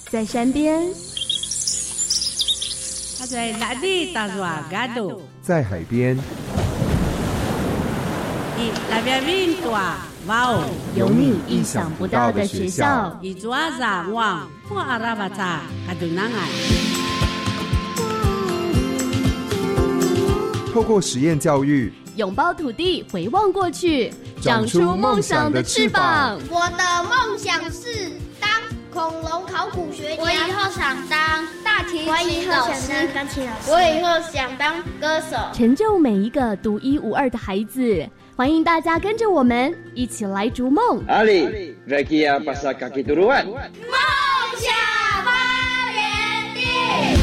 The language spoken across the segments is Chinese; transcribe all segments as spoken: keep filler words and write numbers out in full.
在山边， 他在哪里打软嘎度？ 在海边， 以那边云朵哇哦， 有你意想不到的学校。 以主阿萨旺不阿拉巴查嘎度南岸。 透过实验教育， 拥抱土地，回望过去，长出梦想的翅膀。 我的梦想是当恐龙考古学家，我以后想当大提琴老师，钢琴老师，我以后想当歌手， 成就每一个独一无二的孩子。欢迎大家跟着我们一起来逐梦。 阿里，Rekia pasal kaki turuan。 梦想发源地。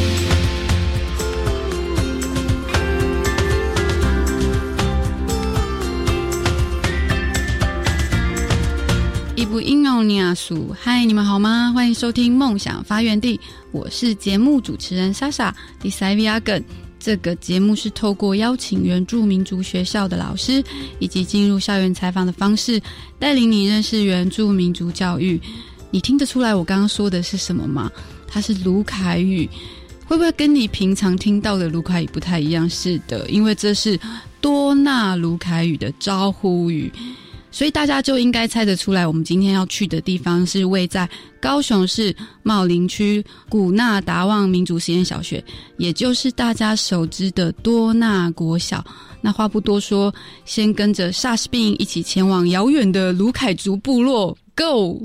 一部音乐尼亚苏，嗨，你们好吗？欢迎收听梦想发源地，我是节目主持人莎莎迪塞维亚根。这个节目是透过邀请原住民族学校的老师，以及进入校园采访的方式，带领你认识原住民族教育。你听得出来我刚刚说的是什么吗？它是卢凯语。会不会跟你平常听到的卢凯语不太一样？是的，因为这是多纳卢凯语的招呼语。所以大家就应该猜得出来，我们今天要去的地方是位在高雄市茂林区古纳达旺民族实验小学，也就是大家熟知的多纳国小。那话不多说，先跟着莎士宾一起前往遥远的卢凯族部落 ，Go！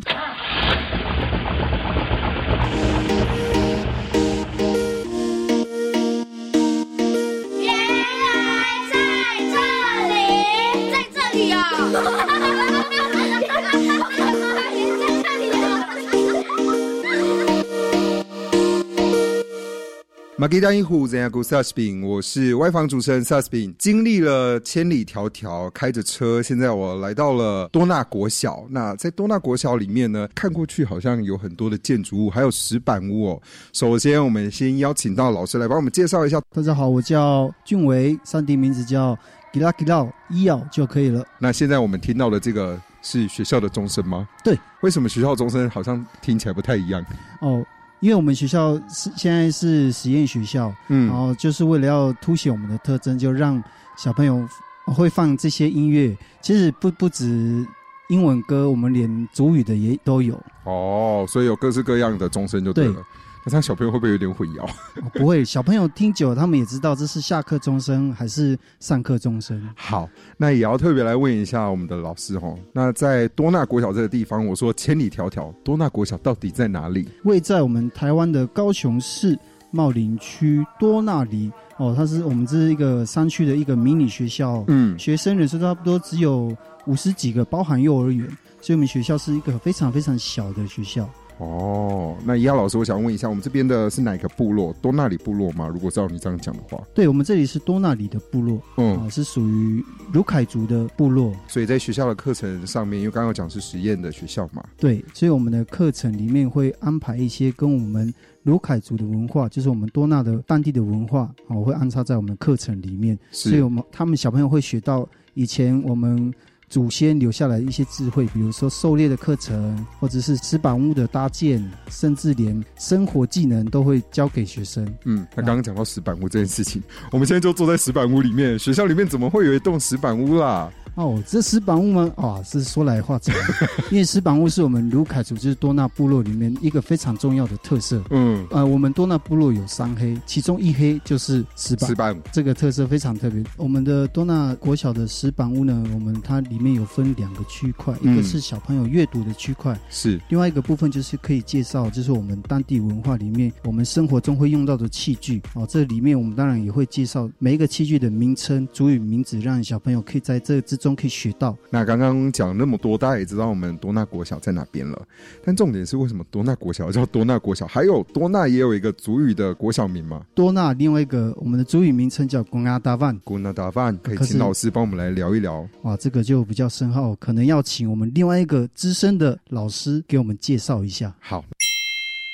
马吉丹一虎怎样古萨斯宾，我是外访主持人萨斯宾。经历了千里迢迢开着车，现在我来到了多纳国小。那在多纳国小里面呢，看过去好像有很多的建筑物，还有石板屋哦。首先我们先邀请到老师来帮我们介绍一下。 大家好，我叫俊维，山地名字叫吉拉吉拉医药就可以了。 那现在我们听到的这个是学校的钟声吗？ 对。 为什么学校钟声好像听起来不太一样？ 哦，因为我们学校是现在是实验学校，嗯，然后就是为了要凸显我们的特征，就让小朋友会放这些音乐。其实不不止英文歌，我们连族语的也都有。 哦，所以有各式各样的钟声就对了。对，那这样小朋友会不会有点混淆？ 哦、不会，小朋友听久了，他们也知道这是下课钟声还是上课钟声。 好，那也要特别来问一下我们的老师哦。那在多纳国小这个地方，我说千里迢迢，多纳国小到底在哪里？ 位在我们台湾的高雄市茂林区多纳里哦，它是我们这是一个山区的一个迷你学校，嗯，学生人数差不多只有五十几个，包含幼儿园，所以我们学校是一个非常非常小的学校。 哦，那伊亚老师，我想问一下，我们这边的是哪个部落？多纳里部落吗？如果照你这样讲的话， 对，我们这里是多纳里的部落，嗯、哦，是属于卢凯族的部落。 所以在学校的课程上面，因为刚刚讲是实验的学校嘛， 对，所以我们的课程里面会安排一些跟我们卢凯族的文化，就是我们多纳的当地的文化，哦，会安插在我们的课程里面，所以我们他们小朋友会学到以前我们祖先留下来的一些智慧，比如说狩猎的课程，或者是石板屋的搭建，甚至连生活技能都会教给学生。 嗯，他刚刚讲到石板屋这件事情，我们现在就坐在石板屋里面，学校里面怎么会有一栋石板屋啦？ 哦，这石板屋吗？啊，是说来话长，因为石板屋是我们卢凯族就是多纳部落里面一个非常重要的特色。嗯，呃，我们多纳部落有三黑，其中一黑就是石板。石板这个特色非常特别。我们的多纳国小的石板屋呢，我们它里面有分两个区块，嗯、一个是小朋友阅读的区块， 是另外一个部分就是可以介绍，就是我们当地文化里面我们生活中会用到的器具。哦，这里面我们当然也会介绍每一个器具的名称、族语名字，让小朋友可以在这之中可以学到。 那刚刚讲那么多，大家也知道我们多纳国小在哪边了，但重点是为什么多纳国小叫多纳国小？还有多纳也有一个族语的国小名吗？ 多纳另外一个我们的族语名称叫古纳达万， 古纳达万，可以请老师帮我们来聊一聊。 哇，这个就比较深奥，可能要请我们另外一个资深的老师给我们介绍一下。 好。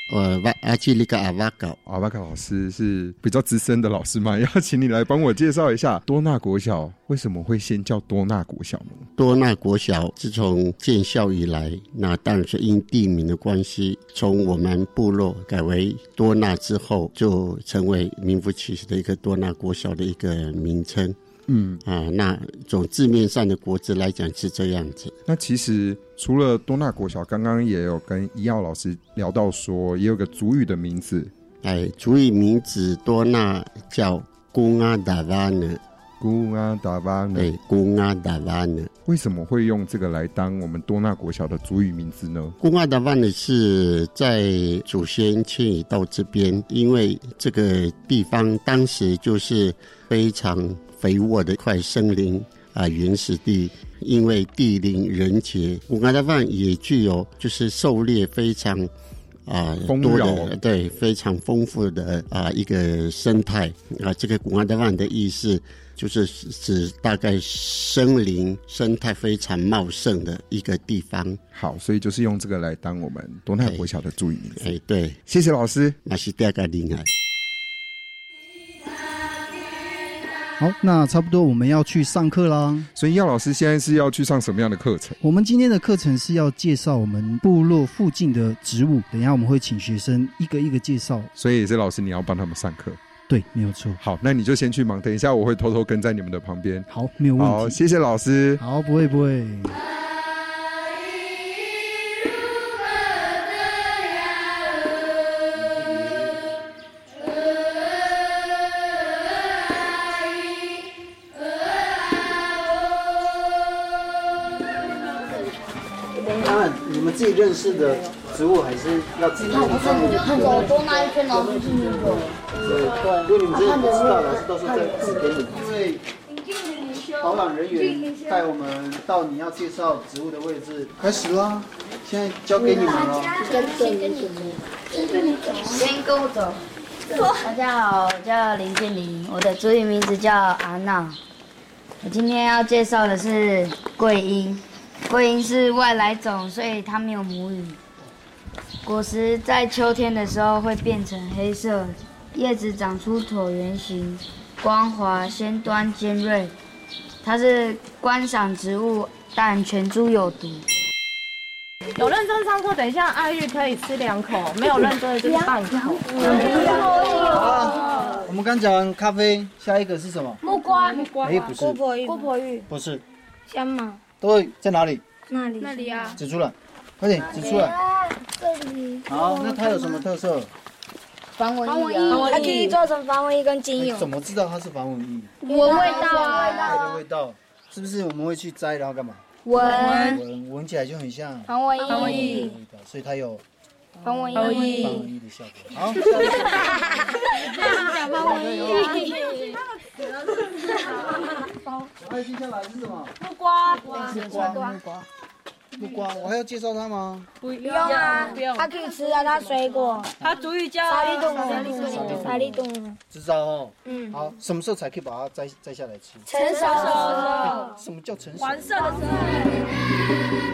呃，阿基里个阿瓦高， 阿瓦高老师是比较资深的老师嘛，要请你来帮我介绍一下多纳国小为什么会先叫多纳国小呢？ 多纳国小自从建校以来，那当然是因地名的关系，从我们部落改为多纳之后，就成为名副其实的一个多纳国小的一个名称。嗯啊，那从字面上的国字来讲是这样子。 那其实除了多纳国小，刚刚也有跟伊耀老师聊到说，也有个族语的名字。 哎，族语名字多纳叫古阿达瓦呢。 古阿达瓦呢？ 对，古阿达瓦呢。 为什么会用这个来当我们多纳国小的族语名字呢？ 古阿达瓦呢是在祖先迁移到这边，因为这个地方当时就是非常肥沃的一块森林啊，原始地，因为地灵人杰，古阿达万也具有就是狩猎非常啊、呃、多的，对，非常丰富的啊、呃、一个生态啊。这个古阿达万的意思就是指大概森林生态非常茂盛的一个地方。 好，所以就是用这个来当我们多纳国小的族语名字。 哎，对， 谢谢老师。 那是第二个厉害。 好，那差不多我们要去上课啦。 所以耀老师现在是要去上什么样的课程？ 我们今天的课程是要介绍我们部落附近的植物，等一下我们会请学生一个一个介绍。 所以也是老师你要帮他们上课？ 对，没有错。 好，那你就先去忙，等一下我会偷偷跟在你们的旁边。 好，没有问题。 好，谢谢老师。 好，不会不会。 你们自己认识的植物还是要自己看走多那一圈，老师进去走。 对，因为你们真的不知道，老师到时候再指给你。因为导览人员带我们到你要介绍植物的位置，开始啦！现在交给你们了。 先跟你走，先跟你走，先跟我走。大家好，我叫林俊霖，我的族语名字叫阿娜。我今天要介绍的是桂英。桂英是外来种，所以它没有母语。果实在秋天的时候会变成黑色，叶子长出椭圆形，光滑、先端、尖锐。它是观赏植物，但全株有毒。 有认真上课，等一下爱玉可以吃两口，没有认真的就是半口。 好，我们刚讲咖啡，下一个是什么？ 木瓜，木瓜， 哎，不是。 姑婆芋，姑婆芋， 不是。 香茅。 对，在哪里？ 那里，那里啊！ 指出来，快点指出来。 这里。 好，那它有什么特色？ 防蚊液啊，它可以做成防蚊液跟精油。 怎么知道它是防蚊液？ 闻味道啊， 闻味道，是不是我们会去摘，然后干嘛？ 闻。 闻，闻起来就很像防蚊液。防蚊液。 所以它有防蚊液。 防蚊液的效果。好， 讲防蚊液。 我还有接下来是什么？ 木瓜， 木瓜，木瓜，木瓜，我还要介绍它吗？ 不用啊，不用。它可以吃啊，它水果。 它族语叫沙利冻，沙利冻。 知道哦。嗯。好，什么时候才可以把它摘摘下来吃？ 成熟的时候。 什么叫成熟？ 黄色的时候。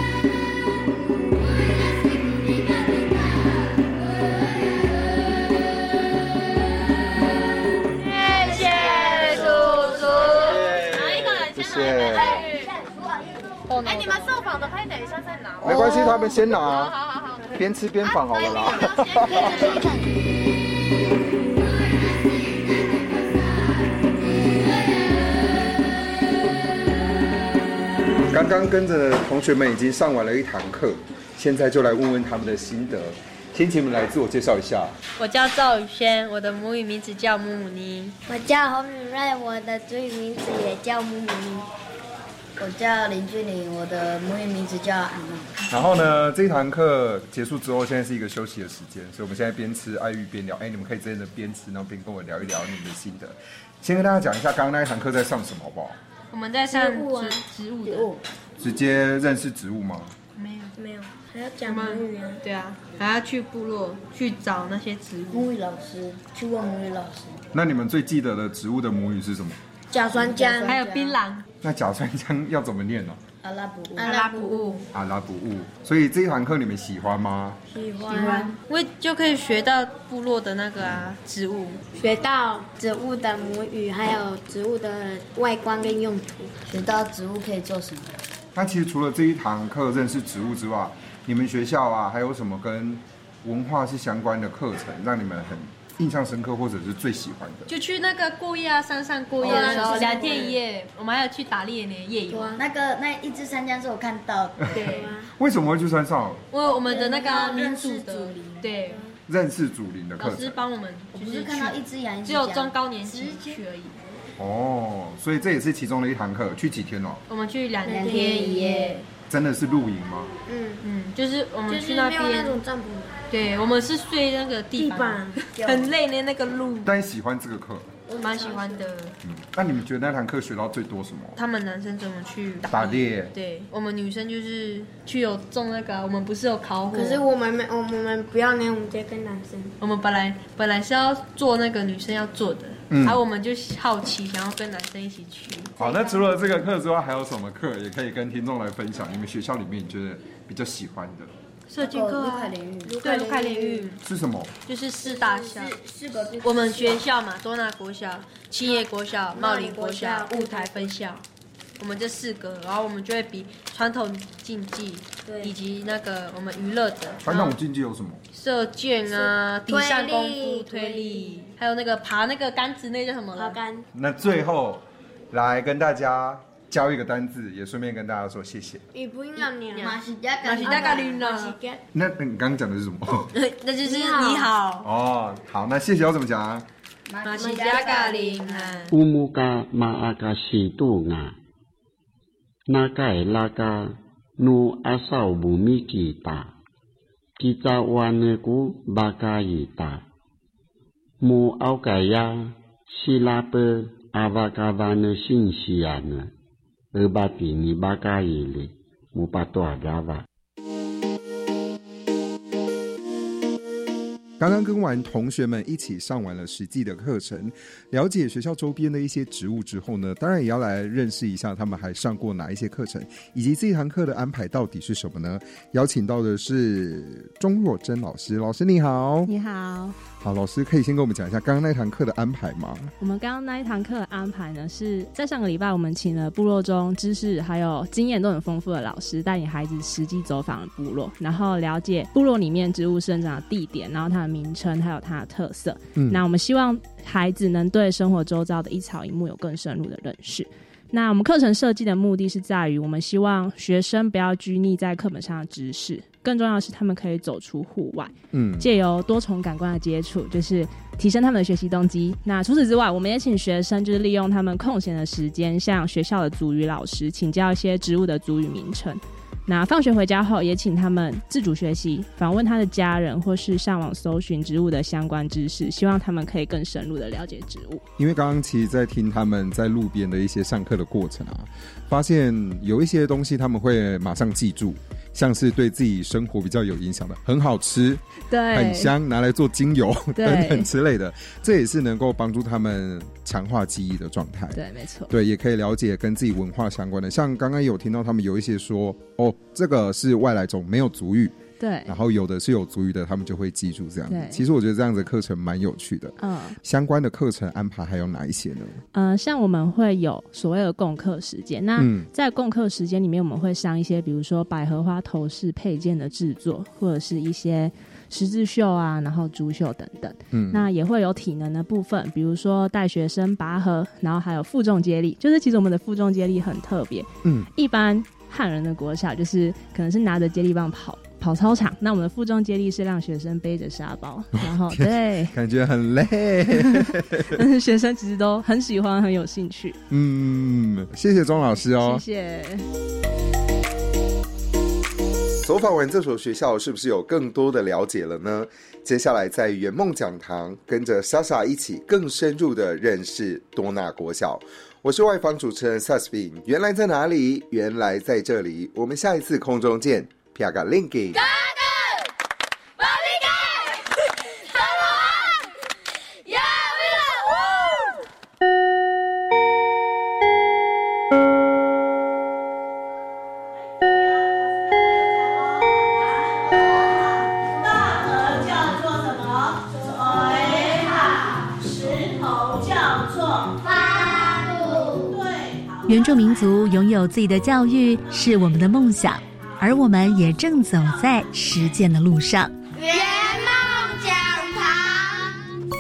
哎，你们受访的可以等一下再拿。 没关系，他们先拿。 好好好， 边吃边访好了啦。刚刚跟着同学们已经上完了一堂课，现在就来问问他们的心得。先请你们来自我介绍一下。 我叫赵宇轩，我的母语名字叫木姆尼。 我叫洪敏瑞，我的族语名字也叫木姆尼。我叫林俊霖，我的母语名字叫安娜。 然后呢，这堂课结束之后，现在是一个休息的时间，所以我们现在边吃爱玉边聊。哎，你们可以真的边吃，然后边跟我聊一聊你们的心得。先跟大家讲一下，刚刚那一堂课在上什么，好不好？ 我们在上植物啊，植物的。 直接认识植物吗？ 没有， 没有，还要讲母语啊。 对啊，还要去部落去找那些植物。 母语老师，去问母语老师。 那你们最记得的植物的母语是什么？ 甲酸浆， 还有槟榔。 那甲酸浆要怎么念呢、啊？ 阿拉伯阿拉伯物， 阿拉伯物。所以这一堂课你们喜欢吗？ 喜欢，因为就可以学到部落的那个啊植物， 学到植物的母语，还有植物的外观跟用途， 学到植物可以做什么。 那其实除了这一堂课认识植物之外，你们学校啊还有什么跟文化是相关的课程，让你们很印象深刻或者是最喜欢的？ 就去那个过夜啊，山上过夜的时候，两天一夜，我们还有去打猎呢，夜游。 那个那一只山羌是我看到的。 对。 为什么会去山上？ 因为我们的那个民主的，对， 认识祖灵的课程。 老师帮我们， 我不是看到一只羊， 只有中高年级去而已。 哦，所以这也是其中的一堂课，去几天哦？ 我们去两天一夜。 真的是露营吗？ 嗯嗯，就是我们去那边， 就是没有那种帐篷。 对，我们是睡那个地板，很累的那个路。 但喜欢这个课？ 我蛮喜欢的。 嗯，那你们觉得那堂课学到最多什么？ 他们男生怎么去打猎？ 对，我们女生就是去有种那个，我们不是有烤火。 可是我们没，我们不要那，我们直接跟男生。 我们本来本来是要做那个女生要做的，嗯，然后我们就好奇，想要跟男生一起去。 好，那除了这个课之外，还有什么课也可以跟听众来分享？你们学校里面你觉得比较喜欢的？ 射箭课啊，对，卢凯联运是什么？ 就是四大校，四个我们学校嘛，多纳国小、青叶国小、茂林国小、雾台分校，我们这四个，然后我们就会比传统竞技，以及那个我们娱乐的。 传统竞技有什么？ 射箭啊，地上功夫、推力，还有那个爬那个杆子，那叫什么？ 爬杆。 那最后来跟大家教一个单字，也顺便跟大家说谢谢。 语不应让你马西加马西加嘎林了。 那你刚刚讲的是什么？ 那就是你好。 哦，好，那谢谢要怎么讲啊？ 马西加嘎林啊。 乌木嘎马阿嘎西杜nga，那盖拉嘎努阿少姆米吉达，吉扎瓦内古巴嘎伊达，木奥盖亚西拉贝阿瓦嘎瓦内辛西亚呢。而巴蒂尼巴嘎伊里姆巴多阿嘎瓦。 刚刚跟完同学们一起上完了实际的课程，了解学校周边的一些植物之后呢，当然也要来认识一下他们还上过哪一些课程，以及这一堂课的安排到底是什么呢？邀请到的是钟若珍老师，老师你好。 你好。 好，老师可以先跟我们讲一下刚刚那堂课的安排吗？ 我们刚刚那一堂课的安排呢，是在上个礼拜我们请了部落中知识还有经验都很丰富的老师，带领孩子实际走访部落，然后了解部落里面植物生长的地点，然后它的名称还有它的特色。嗯，那我们希望孩子能对生活周遭的一草一木有更深入的认识。那我们课程设计的目的是在于，我们希望学生不要拘泥在课本上的知识，更重要的是他们可以走出户外，嗯，借由多重感官的接触，就是提升他们的学习动机。那除此之外，我们也请学生就是利用他们空闲的时间，向学校的族语老师请教一些植物的族语名称。那放学回家后，也请他们自主学习，访问他的家人，或是上网搜寻植物的相关知识，希望他们可以更深入的了解植物。 因为刚刚其实在听他们在路边的一些上课的过程啊，发现有一些东西他们会马上记住，像是对自己生活比较有影响的，很好吃， 对， 很香，拿来做精油等等之类的，这也是能够帮助他们强化记忆的状态。 对，没错。 对，也可以了解跟自己文化相关的，像刚刚有听到他们有一些说，哦，这个是外来种，没有族语。 对， 然后有的是有族语的，他们就会记住这样子。其实我觉得这样子的课程蛮有趣的。嗯，相关的课程安排还有哪一些呢？ 嗯、呃，像我们会有所谓的共课时间。那在共课时间里面，我们会上一些，比如说百合花头饰配件的制作，或者是一些十字绣啊，然后珠绣等等。嗯，那也会有体能的部分，比如说带学生拔河，然后还有负重接力。就是其实我们的负重接力很特别。嗯，一般汉人的国小就是可能是拿着接力棒跑。跑操场，那我们的负重接力是让学生背着沙包，然后对， 感觉很累， 但是学生其实都很喜欢，很有兴趣。 嗯，谢谢钟老师哦， 谢谢。 走访完这所学校，是不是有更多的了解了呢？接下来在圆梦讲堂，跟着莎莎一起更深入的认识多纳国小。我是外访主持人 Sasbin， 原来在哪里？原来在这里。我们下一次空中见。Piaga Linky。 原住民族拥有自己的教育是我们的梦想，而我们也正走在实践的路上。 圆梦讲堂。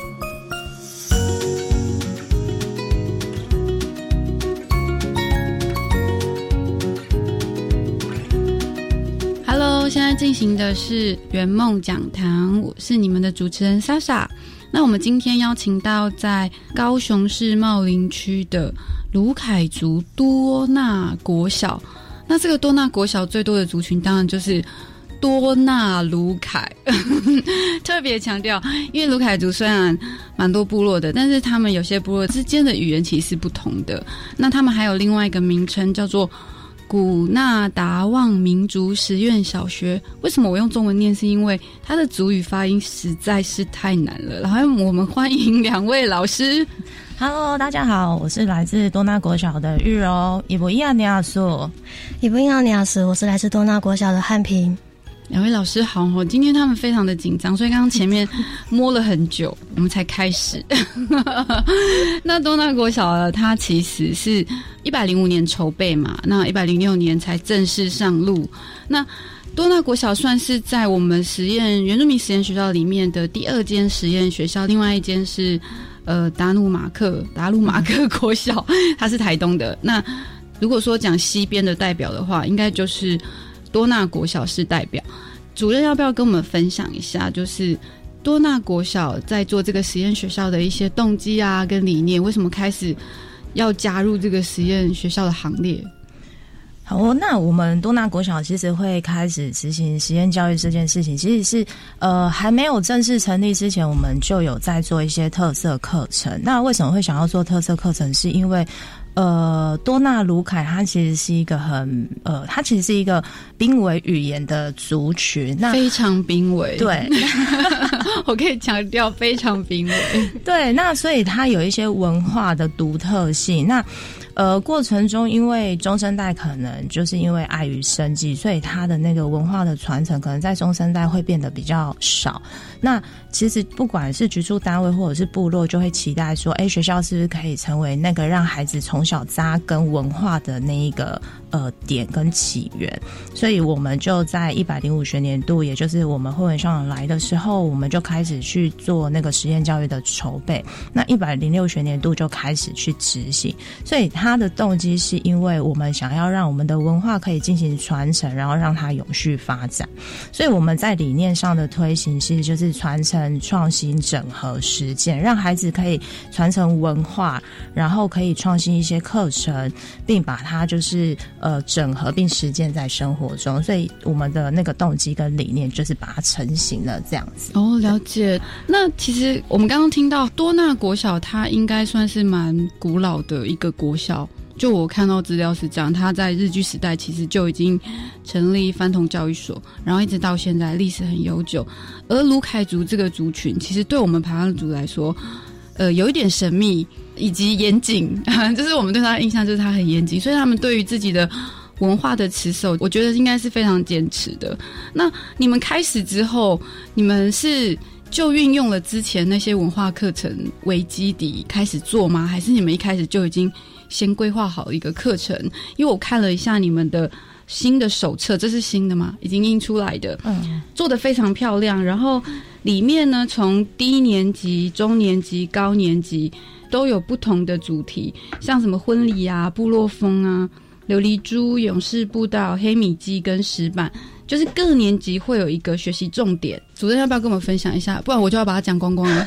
Hello， 现在进行的是圆梦讲堂，我是你们的主持人莎莎。那我们今天邀请到在高雄市茂林区的鲁凯族多纳国小，那这个多纳国小最多的族群当然就是多纳鲁凯特别强调，因为鲁凯族虽然蛮多部落的，但是他们有些部落之间的语言其实是不同的。那他们还有另外一个名称叫做古纳达旺民族实验小学。为什么我用中文念，是因为它的族语发音实在是太难了。然后我们欢迎两位老师。 Hello， 大家好，我是来自多纳国小的玉柔。伊布伊亚尼亚苏， 伊布伊亚尼亚苏，我是来自多纳国小的汉平。 两位老师好哦，今天他们非常的紧张，所以刚刚前面摸了很久，我们才开始。那多纳国小它其实是一百零五年筹备嘛，那一百零六年才正式上路。那多纳国小算是在我们实验原住民实验学校里面的第二间实验学校，另外一间是呃达努马克达鲁马克国小，它是台东的。那如果说讲西边的代表的话，应该就是多纳国小是代表。主任要不要跟我们分享一下，就是多纳国小在做这个实验学校的一些动机啊跟理念，为什么开始要加入这个实验学校的行列？ 好，那我们多纳国小其实会开始执行实验教育这件事情，其实是呃还没有正式成立之前，我们就有在做一些特色课程。那为什么会想要做特色课程，是因为呃，多纳鲁凯它其实是一个很呃，它其实是一个濒危语言的族群，那非常濒危。 对， 我可以强调非常濒危。 对，那所以它有一些文化的独特性。那呃，过程中因为中生代可能就是因为碍于生计，所以它的那个文化的传承可能在中生代会变得比较少。那其实不管是局处单位或者是部落，就会期待说，哎，学校是不是可以成为那个让孩子从小扎根文化的那一个呃点跟起源。所以我们就在一百零五学年度，也就是我们慧文校长来的时候，我们就开始去做那个实验教育的筹备。那一百零六学年度就开始去执行。所以它的动机是因为我们想要让我们的文化可以进行传承，然后让它永续发展。所以我们在理念上的推行，其实就是传承、创新、整合、实践，让孩子可以传承文化，然后可以创新一些课程，并把它就是呃整合并实践在生活中。所以我们的那个动机跟理念就是把它成型了这样子。 哦，了解。那其实我们刚刚听到多纳国小，它应该算是蛮古老的一个国小。就我看到资料是这样，他在日据时代其实就已经成立番童教育所，然后一直到现在历史很悠久。而鲁凯族这个族群，其实对我们排湾族来说，呃，有一点神秘以及严谨，就是我们对他的印象就是他很严谨，所以他们对于自己的文化的持守，我觉得应该是非常坚持的。那你们开始之后，你们是就运用了之前那些文化课程为基底开始做吗？还是你们一开始就已经先规划好一个课程？因为我看了一下你们的新的手册，这是新的吗？已经印出来的，嗯，做得非常漂亮。然后里面呢，从低年级、中年级、高年级都有不同的主题，像什么婚礼啊、部落风啊、琉璃珠、勇士步道、黑米鸡跟石板，就是各年级会有一个学习重点。主任要不要跟我们分享一下？不然我就要把它讲光光了。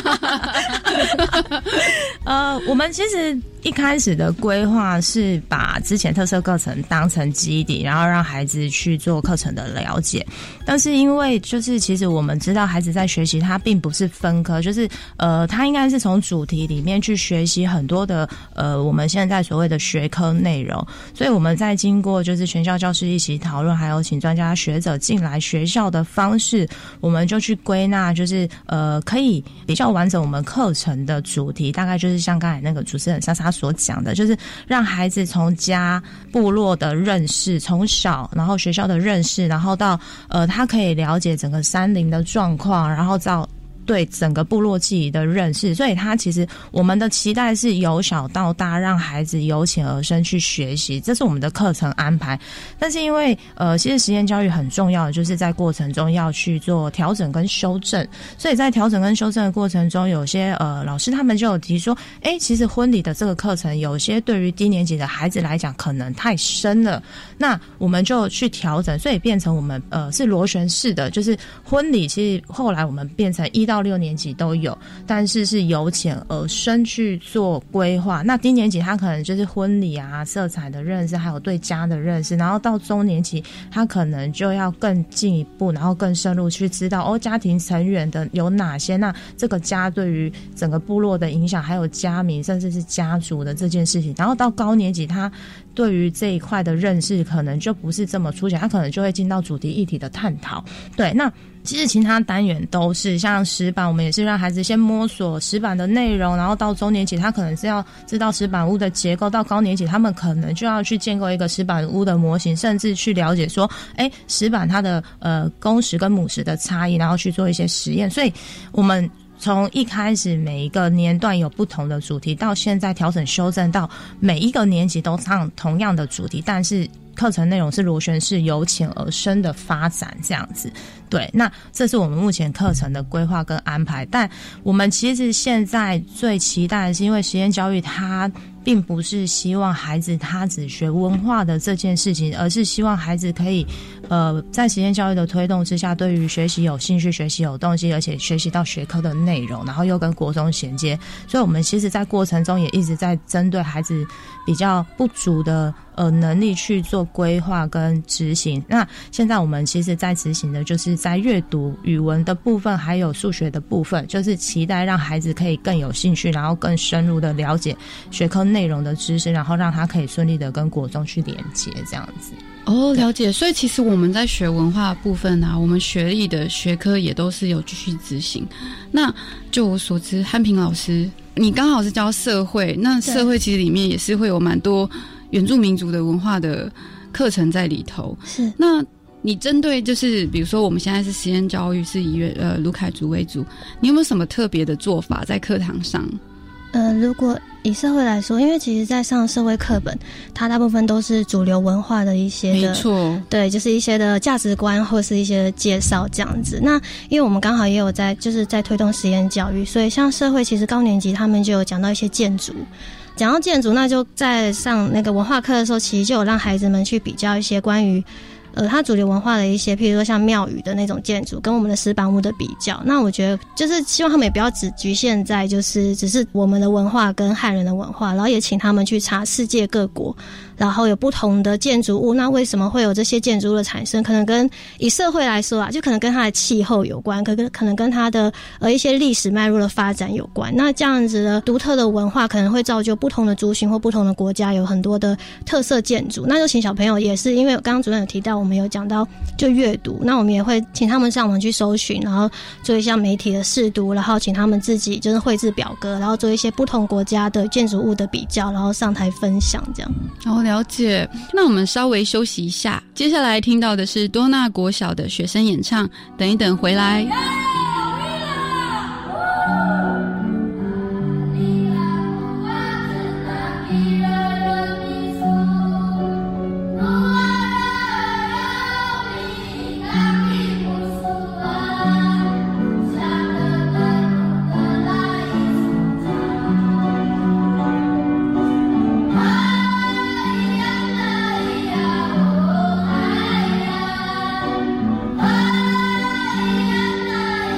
呃，我们其实一开始的规划是把之前特色课程当成基底，然后让孩子去做课程的了解。但是因为就是其实我们知道孩子在学习，他并不是分科，就是呃，他应该是从主题里面去学习很多的呃我们现在所谓的学科内容。所以我们在经过就是全校教师一起讨论，还有请专家学者进来学校的方式，我们就去归纳，就是呃可以比较完整我们课程的主题，大概就是像刚才那个主持人莎莎所讲的，就是让孩子从家部落的认识，从小然后学校的认识，然后到呃他可以了解整个山林的状况，然后到对整个部落记忆的认识，所以他其实我们的期待是由小到大让孩子由浅而深去学习，这是我们的课程安排。但是因为呃，其实实验教育很重要的就是在过程中要去做调整跟修正，所以在调整跟修正的过程中，有些呃老师他们就有提说，哎，其实婚礼的这个课程有些对于低年级的孩子来讲可能太深了，那我们就去调整，所以变成我们呃是螺旋式的，就是婚礼其实后来我们变成一到六年级都有，但是是由浅而深去做规划。那低年级他可能就是婚礼啊、色彩的认识，还有对家的认识，然后到中年级他可能就要更进一步，然后更深入去知道哦家庭成员的有哪些，那这个家对于整个部落的影响，还有家名甚至是家族的这件事情。然后到高年级他对于这一块的认识可能就不是这么粗浅，他可能就会进到主题议题的探讨。对，那其实其他单元都是像石板，我们也是让孩子先摸索石板的内容，然后到中年级他可能是要知道石板屋的结构，到高年级他们可能就要去建构一个石板屋的模型，甚至去了解说哎，石板它的呃公石跟母石的差异，然后去做一些实验。所以我们从一开始每一个年段有不同的主题，到现在调整修正到每一个年级都上同样的主题，但是课程内容是螺旋式由浅而深的发展这样子。对，那这是我们目前课程的规划跟安排。但我们其实现在最期待的是，因为实验教育它并不是希望孩子他只学文化的这件事情，而是希望孩子可以呃在实验教育的推动之下，对于学习有兴趣，学习有动机，而且学习到学科的内容，然后又跟国中衔接。所以我们其实在过程中也一直在针对孩子比较不足的呃能力去做规划跟执行。那现在我们其实在执行的就是在阅读、语文的部分还有数学的部分，就是期待让孩子可以更有兴趣，然后更深入的了解学科内容的知识，然后让他可以顺利的跟国中去连接这样子。 哦，了解。所以其实我们在学文化部分啊，我们学历的学科也都是有继续执行。那就我所知，汉平老师你刚好是教社会，那社会其实里面也是会有蛮多原住民族的文化的课程在里头。 是， 那你针对就是比如说我们现在是实验教育，是以呃卢凯族为主，你有没有什么特别的做法在课堂上？ 呃，如果以社会来说，因为其实在上社会课本，它大部分都是主流文化的一些的， 没错， 对，就是一些的价值观或是一些介绍这样子。那因为我们刚好也有在就是在推动实验教育，所以像社会其实高年级他们就有讲到一些建筑。讲到建筑，那就在上那个文化课的时候，其实就有让孩子们去比较一些关于呃，它主流文化的一些，譬如说像庙宇的那种建筑，跟我们的石板屋的比较。那我觉得就是希望他们也不要只局限在就是只是我们的文化跟汉人的文化，然后也请他们去查世界各国，然后有不同的建筑物，那为什么会有这些建筑物的产生？可能跟以社会来说啊，就可能跟它的气候有关，可跟可能跟它的呃一些历史脉络的发展有关。那这样子的独特的文化，可能会造就不同的族群或不同的国家有很多的特色建筑。那就请小朋友也是，因为刚刚主任有提到，我们有讲到就阅读，那我们也会请他们上网去搜寻，然后做一下媒体的试读，然后请他们自己就是绘制表格，然后做一些不同国家的建筑物的比较，然后上台分享这样。 哦，了解。那我们稍微休息一下，接下来听到的是多纳国小的学生演唱，等一等回来。 哎呀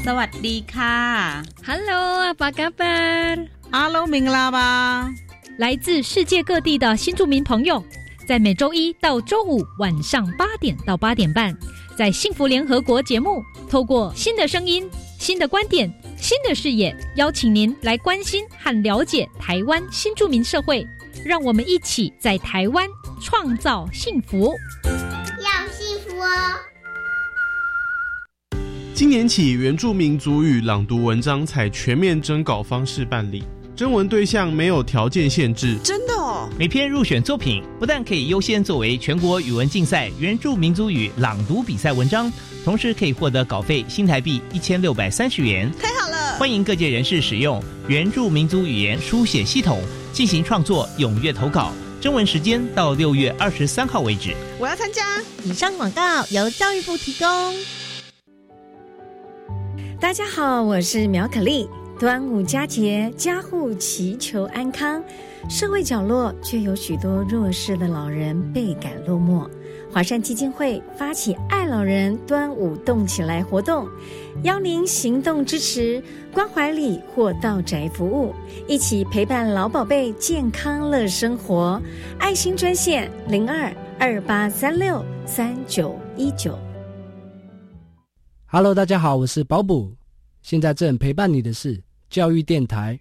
สวัสดีค่ะ Hello， apa kabar？ 阿罗明拉吧！ 来自世界各地的新住民朋友，在每周一到周五晚上八点到八点半，在幸福联合国节目，透过新的声音、新的观点、新的视野，邀请您来关心和了解台湾新住民社会，让我们一起在台湾创造幸福。 要幸福哦！ 今年起，原住民族语朗读文章采全面征稿方式办理，征文对象没有条件限制。 真的哦！ 每篇入选作品不但可以优先作为全国语文竞赛原住民族语朗读比赛文章，同时可以获得稿费新台币一千六百三十元。 太好了！ 欢迎各界人士使用原住民族语言书写系统进行创作，踊跃投稿。征文时间到六月二十三号为止。 我要参加。 以上广告由教育部提供。 大家好，我是苗可丽。端午佳节，家户祈求安康，社会角落却有许多弱势的老人倍感落寞。华山基金会发起爱老人端午动起来活动，邀您行动支持关怀礼或到宅服务，一起陪伴老宝贝健康乐生活。爱心专线零二二八三六三九一九。 Hello， 大家好，我是保卜，现在正陪伴你的是教育电台。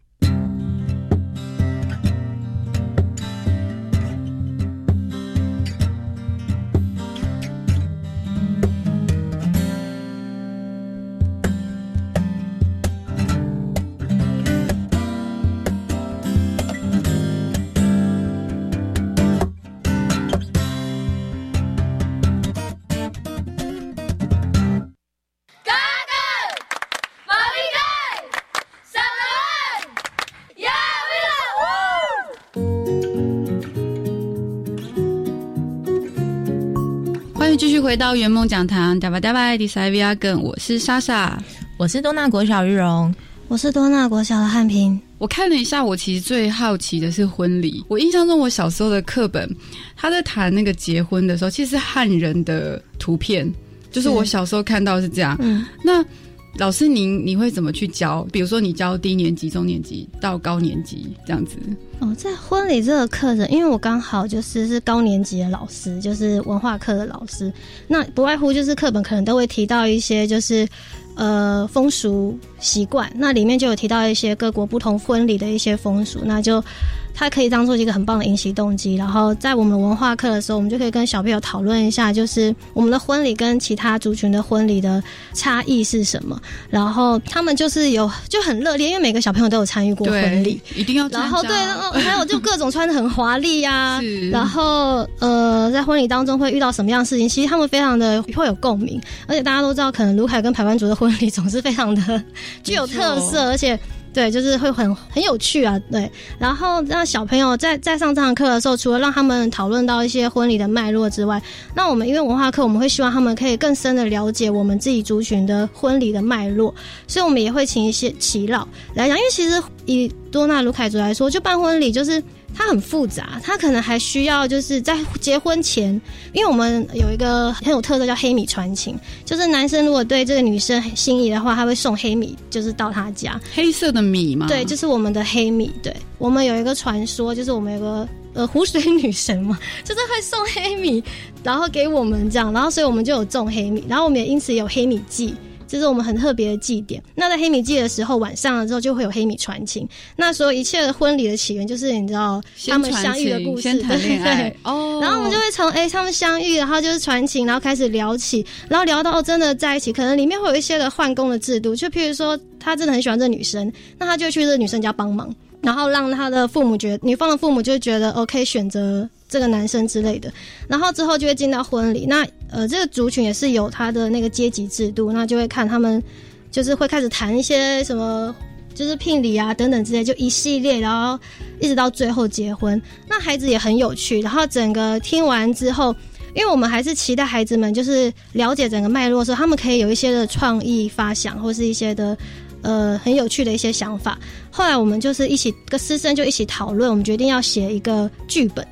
继续回到圆梦讲堂，大巴大巴第三 V R 梗，我是莎莎， 我是多纳国小玉荣， 我是多纳国小的汉平。 我看了一下，我其实最好奇的是婚礼。我印象中，我小时候的课本，他在谈那个结婚的时候，其实是汉人的图片，就是我小时候看到是这样。嗯，那老师您你会怎么去教？比如说你教低年级、中年级到高年级这样子。 哦，在婚礼这个课程，因为我刚好就是是高年级的老师，就是文化课的老师，那不外乎就是课本可能都会提到一些就是呃风俗习惯，那里面就有提到一些各国不同婚礼的一些风俗，那就它可以当做一个很棒的引起动机。然后在我们文化课的时候，我们就可以跟小朋友讨论一下，就是我们的婚礼跟其他族群的婚礼的差异是什么。然后他们就是有就很热烈，因为每个小朋友都有参与过婚礼， 一定要参加。 然后对，然后还有就各种穿得很华丽啊，然后呃在婚礼当中会遇到什么样的事情，其实他们非常的会有共鸣。而且大家都知道，可能卢凯跟排湾族的婚礼总是非常的具有特色，而且对，就是会很很有趣啊，对。然后让小朋友在在上这堂课的时候，除了让他们讨论到一些婚礼的脉络之外，那我们因为文化课，我们会希望他们可以更深的了解我们自己族群的婚礼的脉络，所以我们也会请一些耆老来讲。因为其实以多纳鲁凯族来说，就办婚礼就是它很复杂，它可能还需要就是在结婚前，因为我们有一个很有特色叫黑米传情，就是男生如果对这个女生心仪的话，他会送黑米，就是到他家。 黑色的米吗？ 对，就是我们的黑米。对，我们有一个传说，就是我们有个呃湖水女神嘛，就是会送黑米，然后给我们这样，然后所以我们就有种黑米，然后我们也因此有黑米祭。这是我们很特别的祭典。那在黑米祭的时候，晚上了之后就会有黑米传情。那所有一切的婚礼的起源，就是你知道他们相遇的故事， 先谈恋爱哦。然后我们就会从哎、欸、他们相遇，然后就是传情，然后开始聊起，然后聊到真的在一起，可能里面会有一些的换工的制度，就譬如说他真的很喜欢这女生，那他就去这女生家帮忙，然后让他的父母觉得女方的父母就觉得 OK 选择这个男生之类的，然后之后就会进到婚礼。那呃，这个族群也是有他的那个阶级制度，那就会看他们就是会开始谈一些什么，就是聘礼啊等等之类，就一系列，然后一直到最后结婚。那孩子也很有趣，然后整个听完之后，因为我们还是期待孩子们就是了解整个脉络的时候，他们可以有一些的创意发想，或是一些的呃很有趣的一些想法。后来我们就是一起跟师生就一起讨论，我们决定要写一个剧本。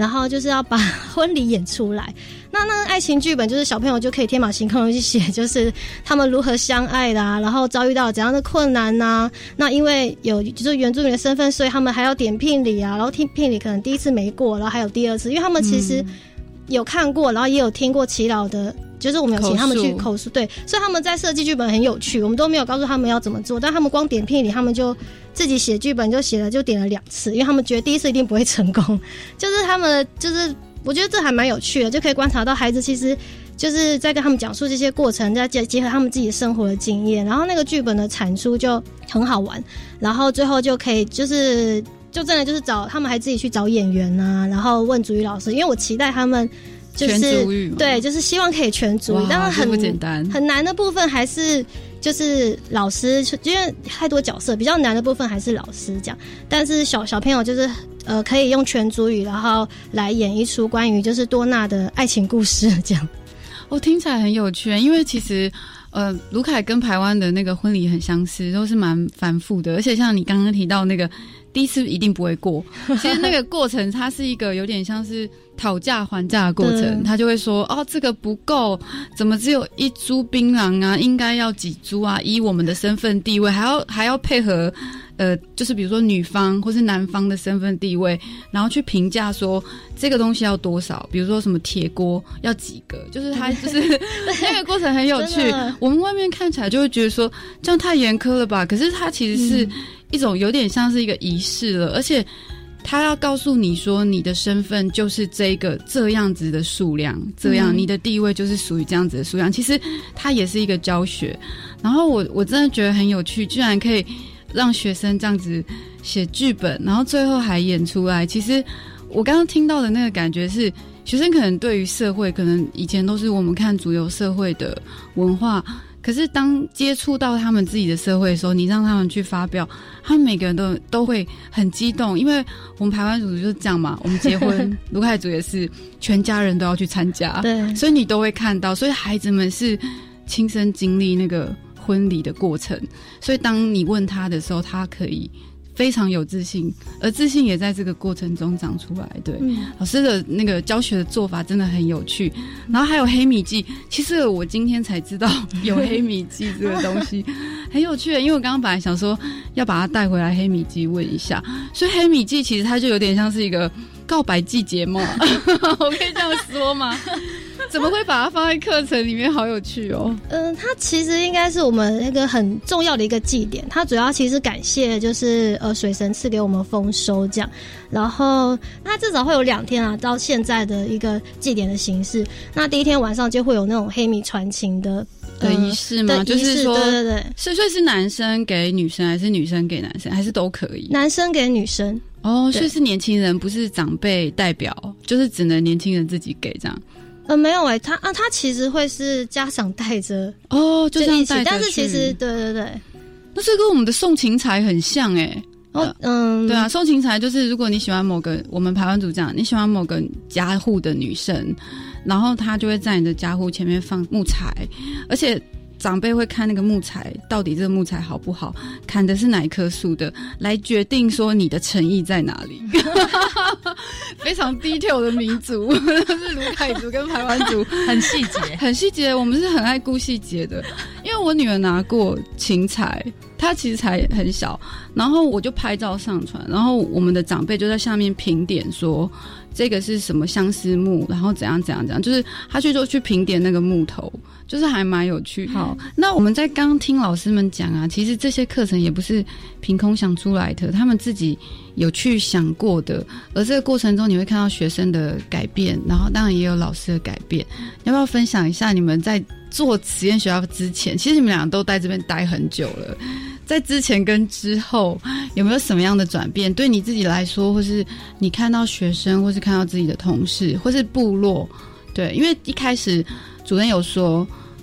然后就是要把婚礼演出来。那那个爱情剧本就是小朋友就可以天马行空的去写，就是他们如何相爱的啊，然后遭遇到怎样的困难啊。那因为有就是原住民的身份，所以他们还要点聘礼啊，然后听聘礼可能第一次没过，然后还有第二次，因为他们其实有看过，然后也有听过耆老的，就是我们有请他们去口述，对，所以他们在设计剧本很有趣，我们都没有告诉他们要怎么做，但他们光点聘礼，他们就自己写剧本就写了就点了两次，因为他们觉得第一次一定不会成功，就是他们就是我觉得这还蛮有趣的，就可以观察到孩子其实就是在跟他们讲述这些过程，再结合他们自己生活的经验，然后那个剧本的产出就很好玩，然后最后就可以就是就真的就是找他们还自己去找演员啊，然后问族语老师，因为我期待他们就是全族语嘛， 对，就是希望可以全族语，但是很不简单， 很难的部分还是就是老师，因为太多角色，比较难的部分还是老师讲，但是小小朋友就是呃可以用全族语，然后来演一出关于就是多娜的爱情故事这样。 我、哦、听起来很有趣，因为其实呃卢凯跟排湾的那个婚礼很相似，都是蛮繁复的，而且像你刚刚提到那个第一次一定不会过，其实那个过程它是一个有点像是讨价还价的过程，他就会说哦这个不够，怎么只有一株槟榔啊，应该要几株啊，以我们的身份地位还要还要配合呃就是比如说女方或是男方的身份地位，然后去评价说这个东西要多少，比如说什么铁锅要几个，就是他就是那个过程很有趣，我们外面看起来就会觉得说这样太严苛了吧，可是它其实是一种有点像是一个仪式了，而且他要告诉你说你的身份就是这个这样子的数量，这样、嗯、你的地位就是属于这样子的数量，其实它也是一个教学，然后我我真的觉得很有趣，居然可以让学生这样子写剧本，然后最后还演出来。其实我刚刚听到的那个感觉是，学生可能对于社会，可能以前都是我们看主流社会的文化，可是当接触到他们自己的社会的时候，你让他们去发表，他们每个人都都会很激动，因为我们排湾族就是这样嘛，我们结婚卢凯族也是全家人都要去参加，对，所以你都会看到，所以孩子们是亲身经历那个婚礼的过程，所以当你问他的时候，他可以非常有自信，而自信也在这个过程中长出来。对、嗯、老师的那个教学的做法真的很有趣，然后还有黑米记，其实我今天才知道有黑米记这个东西很有趣，因为我刚刚本来想说要把它带回来黑米记问一下，所以黑米记其实它就有点像是一个告白季节嘛我可以这样说吗？怎么会把它放在课程里面？好有趣哦。 嗯、呃，它其实应该是我们那个很重要的一个祭典，它主要其实感谢就是呃水神赐给我们丰收这样，然后它至少会有两天啊，到现在的一个祭典的形式。那第一天晚上就会有那种黑米传情的的仪式吗？就是说， 对对对， 所以所以是男生给女生，还是女生给男生，还是都可以？ 男生给女生。 哦，所以是年轻人，不是长辈代表，就是只能年轻人自己给这样。 呃，没有哎、欸，他啊，他其实会是家长带着哦，就这样带着去， 但是其实对对对， 那这跟我们的送情财很像哎、欸。哦，嗯，对啊，送情财就是如果你喜欢某个，我们排湾族这样，你喜欢某个家户的女生，然后他就会在你的家户前面放木材，而且长辈会看那个木材到底这个木材好不好，砍的是哪一棵树的，来决定说你的诚意在哪里。非常 detail 的民族，是卢凯族跟排湾族， 很细节， 很细节。我们是很爱顾细节的，因为我女儿拿过芹菜，她其实才很小，然后我就拍照上传，然后我们的长辈就在下面评点说这个是什么相思木，然后怎样怎样怎样，就是他去就去评点那个木头，就是还蛮有趣。好，那我们在刚听老师们讲啊，其实这些课程也不是凭空想出来的，他们自己有去想过的，而这个过程中你会看到学生的改变，然后当然也有老师的改变。要不要分享一下你们在做实验学校之前，其实你们俩都在这边待很久了，在之前跟之后有没有什么样的转变？对你自己来说，或是你看到学生，或是看到自己的同事，或是部落，对，因为一开始主任有说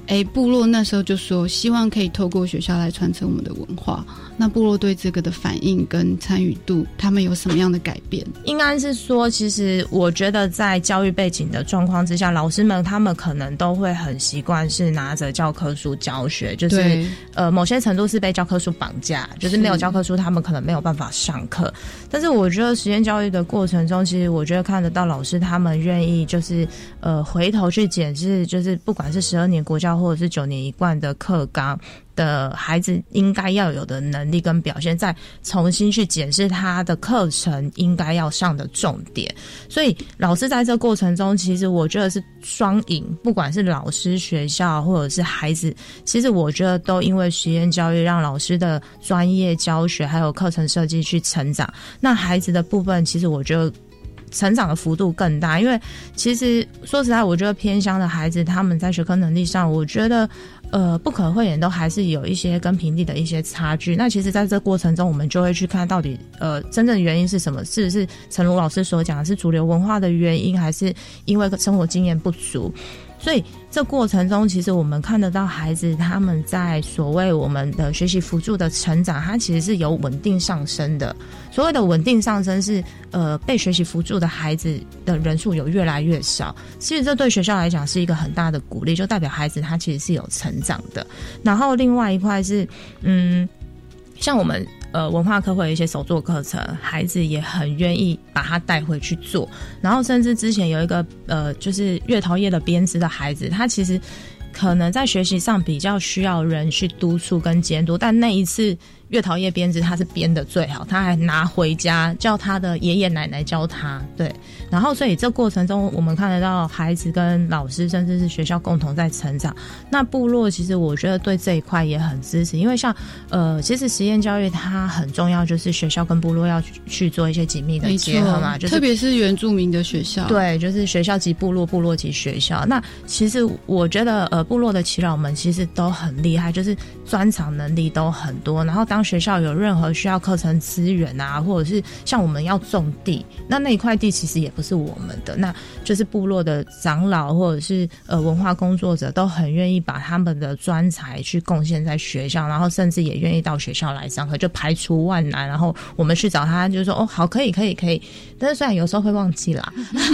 哎，部落那时候就说希望可以透过学校来传承我们的文化。那部落对这个的反应跟参与度，他们有什么样的改变？ 应该是说，其实我觉得在教育背景的状况之下，老师们他们可能都会很习惯是拿着教科书教学，就是呃某些程度是被教科书绑架，就是没有教科书他们可能没有办法上课。但是我觉得实验教育的过程中，其实我觉得看得到老师他们愿意就是呃回头去检视，就是不管是十二年国教或者是九年一贯的课纲的孩子应该要有的能力跟表现，再重新去检视他的课程应该要上的重点。所以老师在这过程中，其实我觉得是双赢，不管是老师、学校或者是孩子，其实我觉得都因为实验教育让老师的专业教学还有课程设计去成长。那孩子的部分，其实我觉得成长的幅度更大，因为其实说实在，我觉得偏乡的孩子他们在学科能力上，我觉得呃不可讳言都还是有一些跟平地的一些差距。那其实在这过程中，我们就会去看到底呃真正的原因是什么，是不是诚如老师所讲的是主流文化的原因，还是因为生活经验不足。所以这过程中，其实我们看得到孩子他们在所谓我们的学习辅助的成长，它其实是有稳定上升的。所谓的稳定上升是呃被学习辅助的孩子的人数有越来越少。其实这对学校来讲是一个很大的鼓励，就代表孩子他其实是有成长的。然后另外一块是嗯像我们呃文化课会有一些手作课程，孩子也很愿意把它带回去做。然后甚至之前有一个呃就是月桃叶的编织的孩子，他其实可能在学习上比较需要人去督促跟监督，但那一次月桃叶编织他是编的最好，他还拿回家叫他的爷爷奶奶教他。对，然后所以这过程中我们看得到孩子跟老师甚至是学校共同在成长。那部落其实我觉得对这一块也很支持，因为像呃其实实验教育它很重要，就是学校跟部落要去做一些紧密的结合嘛，就是特别是原住民的学校， 对，就是学校及部落，部落及学校。那其实我觉得呃部落的耆老们其实都很厉害，就是专长能力都很多。然后当学校有任何需要课程资源啊，或者是像我们要种地，那那一块地其实也不是我们的，那就是部落的长老或者是呃文化工作者都很愿意把他们的专才去贡献在学校，然后甚至也愿意到学校来上课，就排除万难，然后我们去找他就说哦好可以可以可以，但是虽然有时候会忘记啦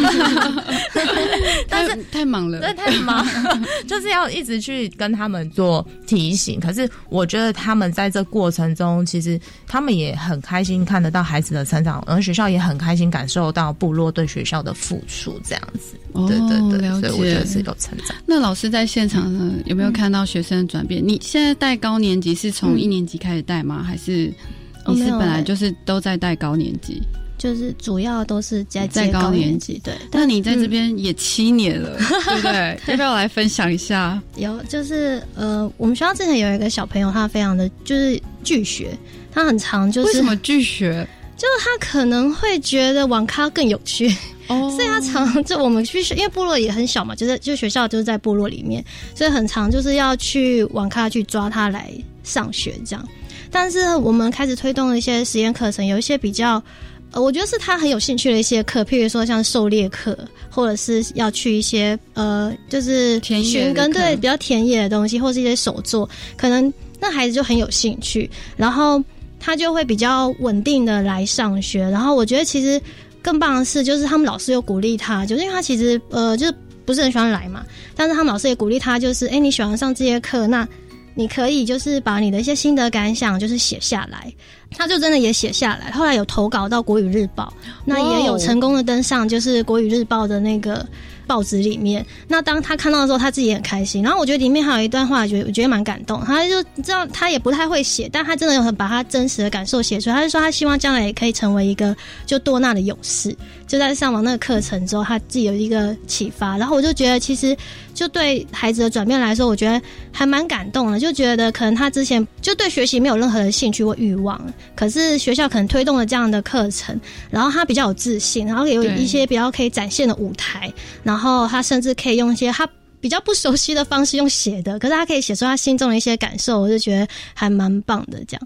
但是太忙了， 对，太忙就是要一直去跟他们做提醒。可是我觉得他们在这过程中其实他们也很开心看得到孩子的成长，而学校也很开心感受到部落对学校的付出这样子。 哦， 对对对， 了解， 所以我觉得是有成长。 那老师在现场呢有没有看到学生的转变？你现在带高年级是从一年级开始带吗？还是你是本来就是都在带高年级？ 就是主要都是在在高年级， 对。 但你在这边也七年了，嗯、对不对？要不要来分享一下？ 有，就是呃，我们学校之前有一个小朋友，他非常的就是拒学，他很常就是为什么拒学？ 就是他可能会觉得网咖更有趣。哦，所以他常就我们去，因为部落也很小嘛，就是就学校就是在部落里面，所以很常就是要去网咖去抓他来上学这样。但是我们开始推动了一些实验课程，有一些比较。呃，我觉得是他很有兴趣的一些课，譬如说像狩猎课，或者是要去一些呃，就是寻根，对，比较田野的东西，或是一些手作，可能那孩子就很有兴趣，然后他就会比较稳定的来上学。然后我觉得其实更棒的是，就是他们老师又鼓励他，就是因为他其实呃，就是不是很喜欢来嘛，但是他们老师也鼓励他，就是哎，你喜欢上这些课，那你可以就是把你的一些心得感想就是写下来。他就真的也写下来，后来有投稿到国语日报，那也有成功的登上就是国语日报的那个报纸里面。那当他看到的时候，他自己也很开心。然后我觉得里面还有一段话，我觉得我觉得蛮感动。他就知道他也不太会写，但他真的有很把他真实的感受写出来。他就说他希望将来也可以成为一个就多纳的勇士。就在上完那个课程之后，他自己有一个启发。然后我就觉得其实就对孩子的转变来说，我觉得还蛮感动的。就觉得可能他之前就对学习没有任何的兴趣或欲望。可是学校可能推动了这样的课程，然后他比较有自信，然后也有一些比较可以展现的舞台，然后他甚至可以用一些他比较不熟悉的方式用写的，可是他可以写出他心中的一些感受，我就觉得还蛮棒的这样。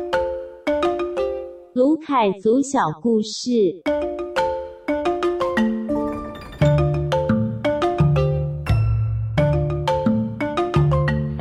卢凯族小故事。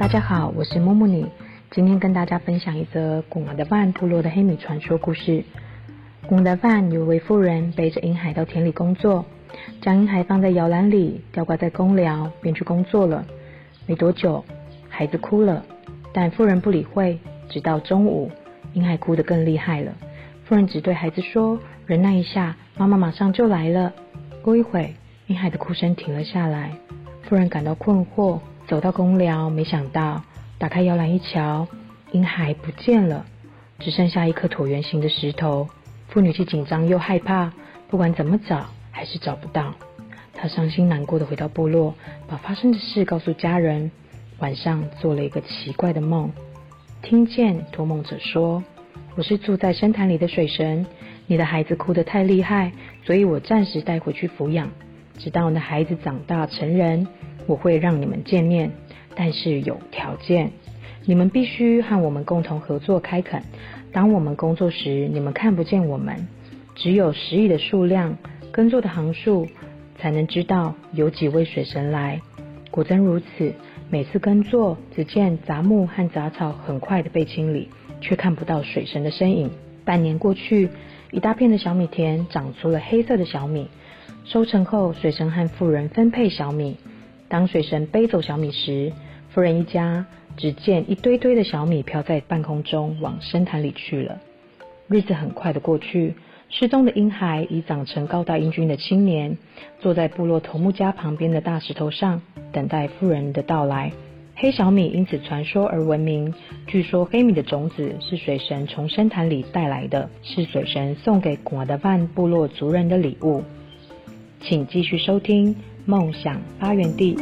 家好，我是木木尼，今天跟大家分享一则古马德万部落的黑米传说故事。古马德万有位妇人背着婴孩到田里工作，将婴孩放在摇篮里，吊挂在公寮，便去工作了。没多久，孩子哭了，但妇人不理会，直到中午，婴孩哭得更厉害了。妇人只对孩子说：“忍耐一下，妈妈马上就来了。”过一会，婴孩的哭声停了下来。妇人感到困惑，走到公寮，没想到打开摇篮一瞧，婴孩不见了，只剩下一颗椭圆形的石头。妇女既紧张又害怕，不管怎么找还是找不到。她伤心难过的回到部落，把发生的事告诉家人。晚上做了一个奇怪的梦，听见托梦者说：“我是住在深潭里的水神，你的孩子哭得太厉害，所以我暂时带回去抚养。直到你的孩子长大成人，我会让你们见面，但是有条件，你们必须和我们共同合作开垦。当我们工作时，你们看不见我们，只有食蚁的数量、耕作的行数，才能知道有几位水神来。”果真如此，每次耕作，只见杂木和杂草很快的被清理，却看不到水神的身影。半年过去，一大片的小米田长出了黑色的小米。收成后，水神和妇人分配小米。当水神背走小米时，妇人一家只见一堆堆的小米飘在半空中，往深潭里去了。日子很快的过去，失踪的婴孩已长成高大英俊的青年，坐在部落头目家旁边的大石头上，等待妇人的到来。黑小米因此传说而闻名。据说黑米的种子是水神从深潭里带来的，是水神送给古马德万部落族人的礼物。请继续收听梦想发源地。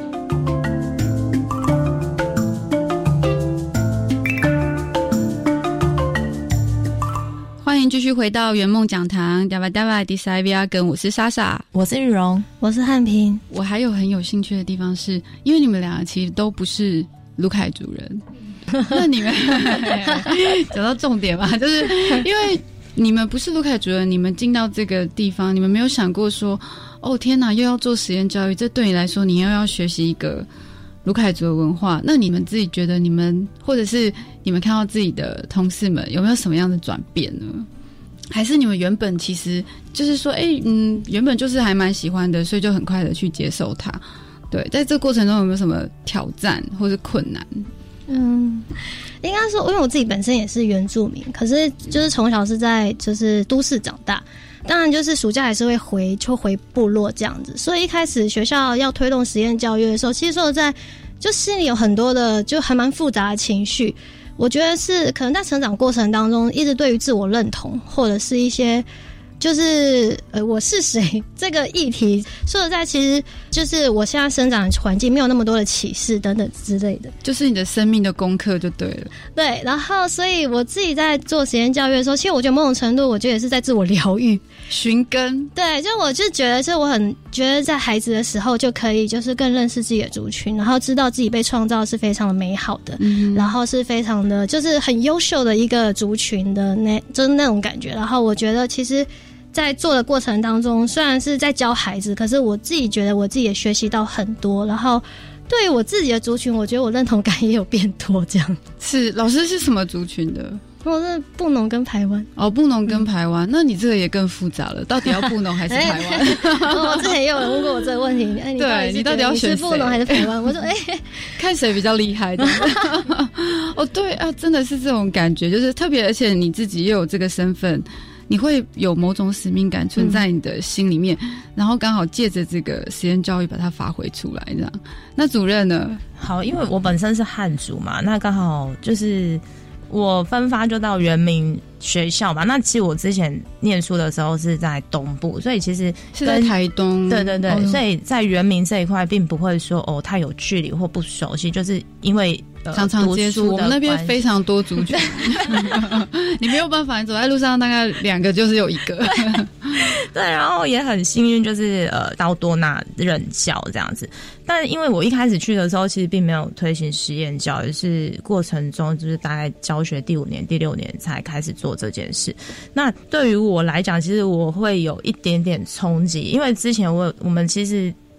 欢迎继续回到圆梦讲堂 Dava Dava Disavia 跟我是莎莎， 我是玉荣， 我是汉平。 我还有很有兴趣的地方是，因为你们两个其实都不是卢凯族人，那你们讲到重点嘛，就是因为你们不是卢凯族人，你们进到这个地方，你们没有想过说，哦天哪，又要做实验教育，这对你来说，你又要学习一个卢凯族的文化，那你们自己觉得你们，或者是你们看到自己的同事们有没有什么样的转变呢？还是你们原本其实就是说，哎，嗯，原本就是还蛮喜欢的，所以就很快的去接受它。对，在这过程中有没有什么挑战或是困难？ 嗯，应该说，因为我自己本身也是原住民，可是就是从小是在就是都市长大，当然就是暑假还是会回就回部落这样子，所以一开始学校要推动实验教育的时候，其实说实在就心里有很多的就还蛮复杂的情绪。我觉得是可能在成长过程当中一直对于自我认同或者是一些就是呃我是谁这个议题，说实在其实就是我现在生长的环境没有那么多的启示等等之类的， 就是你的生命的功课就对了。 对，然后所以我自己在做实验教育的时候，其实我觉得某种程度我觉得也是在自我疗愈寻根。 对，就我就觉得就我很觉得在孩子的时候就可以就是更认识自己的族群，然后知道自己被创造是非常的美好的、嗯、然后是非常的就是很优秀的一个族群的那就是那种感觉。然后我觉得其实在做的过程当中，虽然是在教孩子，可是我自己觉得我自己也学习到很多，然后对于我自己的族群，我觉得我认同感也有变多。这样是老师是什么族群的？ 我是布农跟排湾。 哦，布农跟排湾、嗯，那你这个也更复杂了，到底要布农还是排湾？ 我之前也有人问过我这个问题，哎，你对你到底要选谁？ 是布农还是排湾？我说，哎， 看谁比较厉害的。哦，对啊，真的是这种感觉，就是特别，而且你自己又有这个身份。你会有某种使命感存在你的心里面、嗯、然后刚好借着这个实验教育把它发挥出来这样。那主任呢？ 好，因为我本身是汉族嘛，那刚好就是我分发就到原民学校嘛，那其实我之前念书的时候是在东部，所以其实是在台东。 对对对、哦、所以在原民这一块并不会说哦太有距离或不熟悉，就是因为呃、常常接触，我们那边非常多族群你没有办法，你走在路上大概两个就是有一个对，然后也很幸运就是呃到多纳任教这样子。但因为我一开始去的时候其实并没有推行实验教育，是过程中就是大概教学第五年第六年才开始做这件事。那对于我来讲，其实我会有一点点冲击，因为之前我我们其实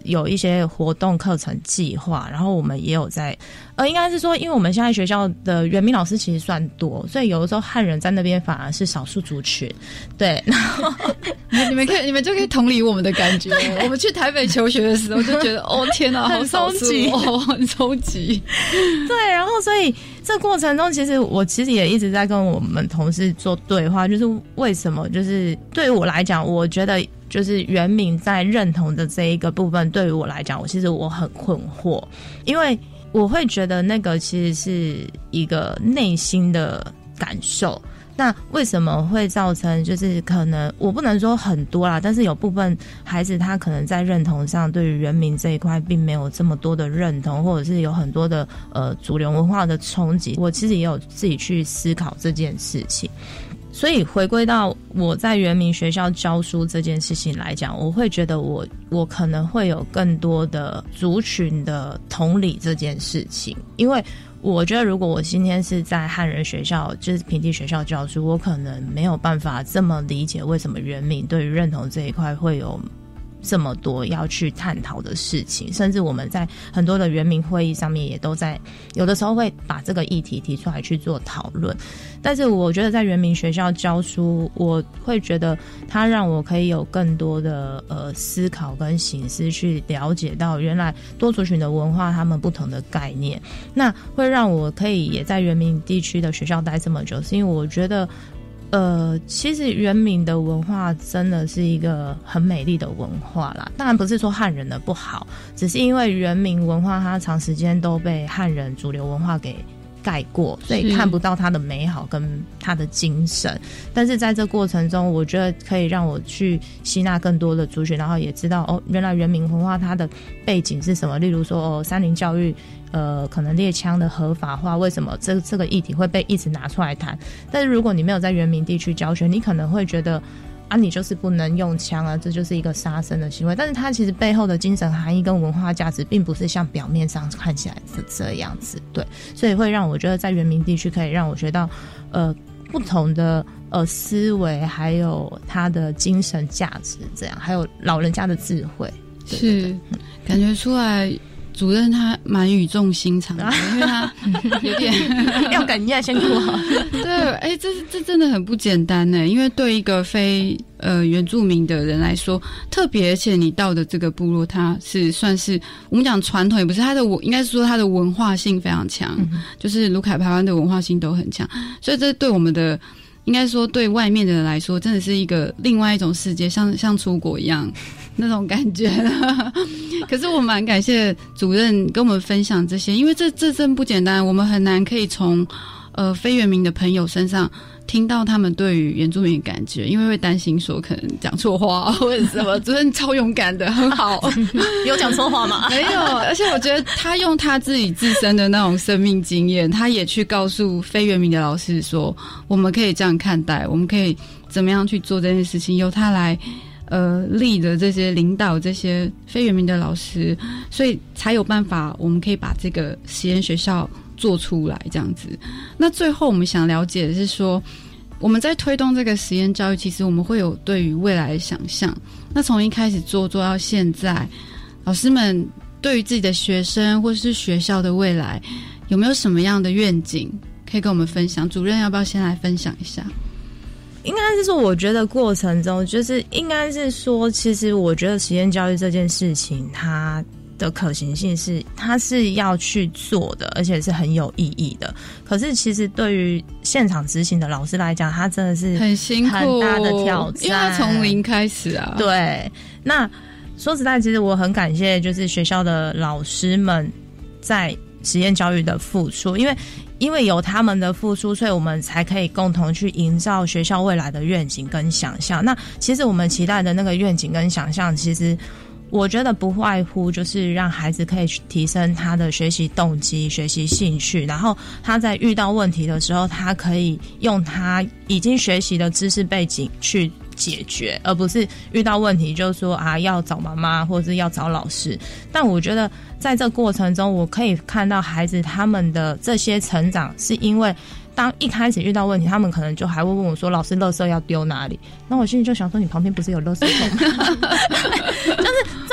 有一些活动课程计划，然后我们也有在，呃，应该是说，因为我们现在学校的原民老师其实算多，所以有的时候汉人在那边反而是少数族群，对。然后你们可以，你们就可以同理我们的感觉。我们去台北求学的时候就觉得，哦天哪，好少数哦，很冲击。 对，然后所以这过程中，其实我其实也一直在跟我们同事做对话，就是为什么，就是对于我来讲，我觉得就是原民在认同的这一个部分，对于我来讲，我其实我很困惑，因为我会觉得那个其实是一个内心的感受。那为什么会造成就是可能我不能说很多啦，但是有部分孩子他可能在认同上对于原民这一块并没有这么多的认同，或者是有很多的呃主流文化的冲击，我其实也有自己去思考这件事情。所以回归到我在原民学校教书这件事情来讲，我会觉得我我可能会有更多的族群的同理这件事情，因为我觉得如果我今天是在汉人学校，就是平地学校教书，我可能没有办法这么理解为什么原民对于认同这一块会有这么多要去探讨的事情，甚至我们在很多的原民会议上面也都在有的时候会把这个议题提出来去做讨论。但是我觉得在原民学校教书，我会觉得它让我可以有更多的呃思考跟省思，去了解到原来多族群的文化他们不同的概念，那会让我可以也在原民地区的学校待这么久，是因为我觉得呃，其实原民的文化真的是一个很美丽的文化啦。当然不是说汉人的不好，只是因为原民文化它长时间都被汉人主流文化给盖过，所以看不到它的美好跟它的精神。但是在这过程中，我觉得可以让我去吸纳更多的族群，然后也知道哦，原来原民文化它的背景是什么。例如说哦，山林教育。呃，可能猎枪的合法化，为什么这这个议题会被一直拿出来谈？但是如果你没有在原民地区教学，你可能会觉得啊，你就是不能用枪啊，这就是一个杀生的行为。但是它其实背后的精神含义跟文化价值，并不是像表面上看起来是这样子，对，所以会让我觉得在原民地区可以让我学到呃不同的呃思维，还有他的精神价值，这样还有老人家的智慧，对对对是感觉出来。主任他蛮语重心长的，因为他有点要哽咽先哭好。 对，哎、欸，这这真的很不简单呢，因为对一个非呃原住民的人来说，特别而且你到的这个部落，它是算是我们讲传统，也不是它的文，应该是说它的文化性非常强，嗯、就是卢凯排湾的文化性都很强，所以这对我们的。应该说对外面的人来说真的是一个另外一种世界，像像出国一样那种感觉可是我蛮感谢主任跟我们分享这些，因为这这真不简单，我们很难可以从呃非原民的朋友身上听到他们对于原住民的感觉，因为会担心说可能讲错话或者什么。主任超勇敢的，很好有讲错话吗？ 没有，而且我觉得他用他自己自身的那种生命经验，他也去告诉非原民的老师说我们可以这样看待，我们可以怎么样去做这件事情，由他来呃立的这些领导这些非原民的老师，所以才有办法我们可以把这个实验学校做出来这样子。那最后我们想了解的是说，我们在推动这个实验教育，其实我们会有对于未来的想象。那从一开始做做到现在，老师们对于自己的学生或是学校的未来，有没有什么样的愿景可以跟我们分享？主任要不要先来分享一下？ 应该是说，我觉得过程中就是应该是说，其实我觉得实验教育这件事情，它的可行性是它是要去做的，而且是很有意义的。可是其实对于现场执行的老师来讲，他真的是很辛苦， 很大的挑战， 因为他从零开始啊。 对，那说实在，其实我很感谢就是学校的老师们在实验教育的付出，因为因为有他们的付出，所以我们才可以共同去营造学校未来的愿景跟想象。那其实我们期待的那个愿景跟想象，其实我觉得不外乎就是让孩子可以提升他的学习动机、学习兴趣，然后他在遇到问题的时候，他可以用他已经学习的知识背景去解决，而不是遇到问题就说啊要找妈妈或者是要找老师。但我觉得在这过程中，我可以看到孩子他们的这些成长，是因为当一开始遇到问题，他们可能就还会问我说：“老师，垃圾要丢哪里？”那我心里就想说：“你旁边不是有垃圾桶吗？”就是这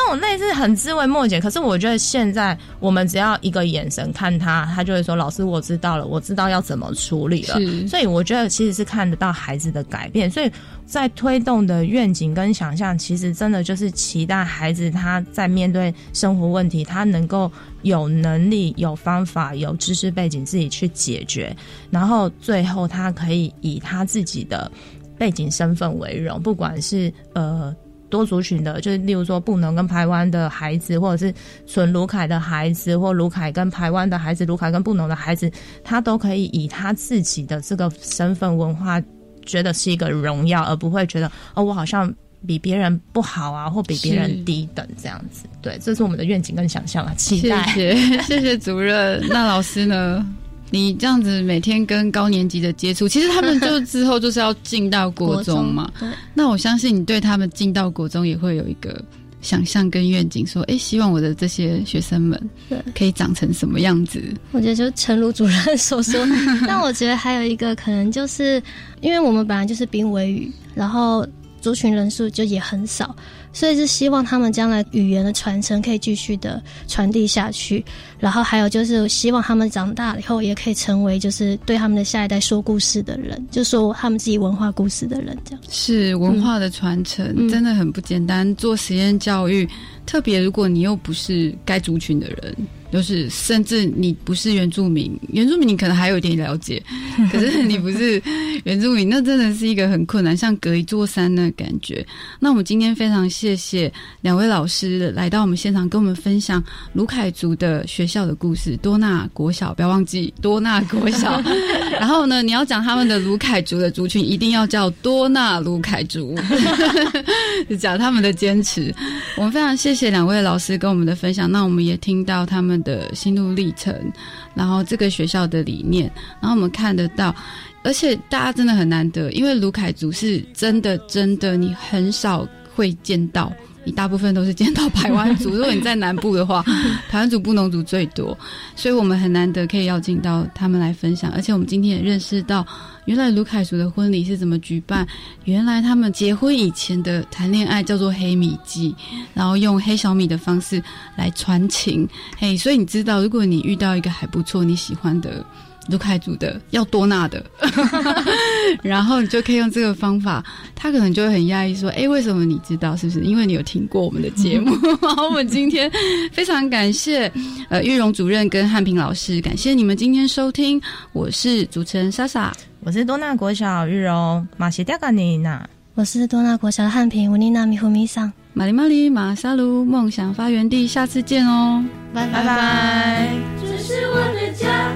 种类似很枝微末节，可是我觉得现在我们只要一个眼神看他，他就会说老师我知道了，我知道要怎么处理了。所以我觉得其实是看得到孩子的改变，所以在推动的愿景跟想象，其实真的就是期待孩子他在面对生活问题，他能够有能力、有方法、有知识背景自己去解决，然后最后他可以以他自己的背景身份为荣，不管是呃多族群的，就是例如说布农跟排湾的孩子，或者是纯卢凯的孩子，或卢凯跟排湾的孩子，卢凯跟布农的孩子，他都可以以他自己的这个身份文化觉得是一个荣耀，而不会觉得哦我好像比别人不好啊，或比别人低等这样子。对，这是我们的愿景跟想象啊，期待。 谢谢谢谢主任。那老师呢？你这样子每天跟高年级的接触，其实他们就之后就是要进到国中嘛。 对。 那我相信你对他们进到国中也会有一个想象跟愿景，说，哎，希望我的这些学生们可以长成什么样子？ 我觉得就陈如主任所说，但我觉得还有一个可能就是，因为我们本来就是濒危语，然后族群人数就也很少，所以是希望他们将来语言的传承可以继续的传递下去，然后还有就是希望他们长大以后也可以成为就是对他们的下一代说故事的人，就说他们自己文化故事的人，这样是文化的传承、嗯、真的很不简单。做实验教育，特别如果你又不是该族群的人，就是甚至你不是原住民，原住民你可能还有一点了解，可是你不是原住民，那真的是一个很困难，像隔一座山的感觉。那我们今天非常谢谢两位老师来到我们现场，跟我们分享卢凯族的学校的故事，多纳国小，不要忘记多纳国小。然后呢，你要讲他们的卢凯族的族群，一定要叫多纳卢凯族，讲他们的坚持。我们非常谢谢两位老师跟我们的分享，那我们也听到他们的心路历程，然后这个学校的理念，然后我们看得到，而且大家真的很难得，因为卢凯族是真的真的你很少会见到，你大部分都是见到排湾族，如果你在南部的话，排湾族、布农族最多，所以我们很难得可以邀请到他们来分享，而且我们今天也认识到原来卢凯族的婚礼是怎么举办，原来他们结婚以前的谈恋爱叫做黑米祭，然后用黑小米的方式来传情。嘿，所以你知道，如果你遇到一个还不错你喜欢的卢凯族的，要多纳的然后你就可以用这个方法，他可能就会很讶异说，诶，为什么你知道？是不是因为你有听过我们的节目？我们今天非常感谢呃玉荣主任跟汉平老师，感谢你们今天收听，我是主持人莎莎， 我是多纳国小玉荣，马西掉个你呢， 我是多纳国小的汉平，乌尼娜米胡米桑， 马里马里马沙鲁梦想发源地，下次见哦， 拜拜拜。 这是我的家。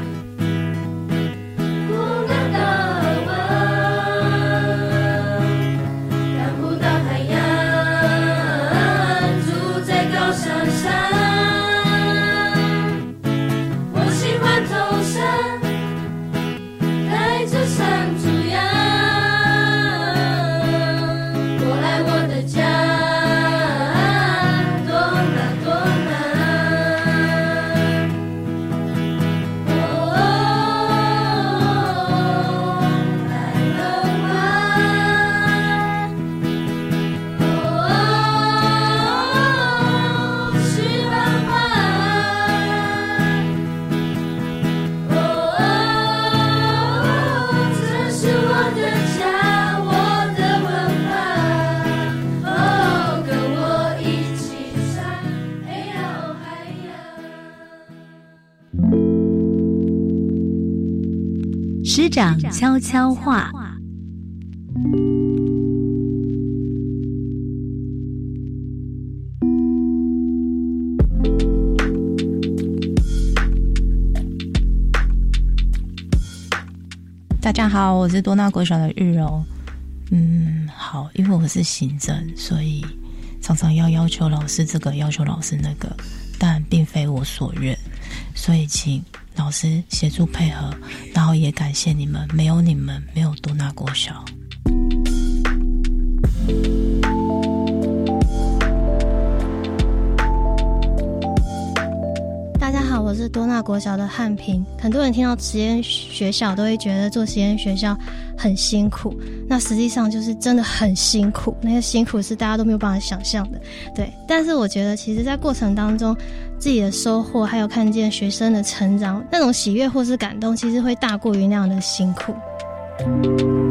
师长悄悄话。 大家好，我是多纳国小的玉柔。嗯，好，因为我是行政，所以常常要要求老师这个，要求老师那个，但并非我所愿，所以请老师协助配合，然后也感谢你们，没有你们，没有多纳国小。 大家好，我我是多纳国小的汉平。很多人听到实验学校都会觉得做实验学校很辛苦，那实际上就是真的很辛苦，那些辛苦是大家都没有办法想象的。对，但是我觉得其实在过程当中自己的收获还有看见学生的成长，那种喜悦或是感动其实会大过于那样的辛苦。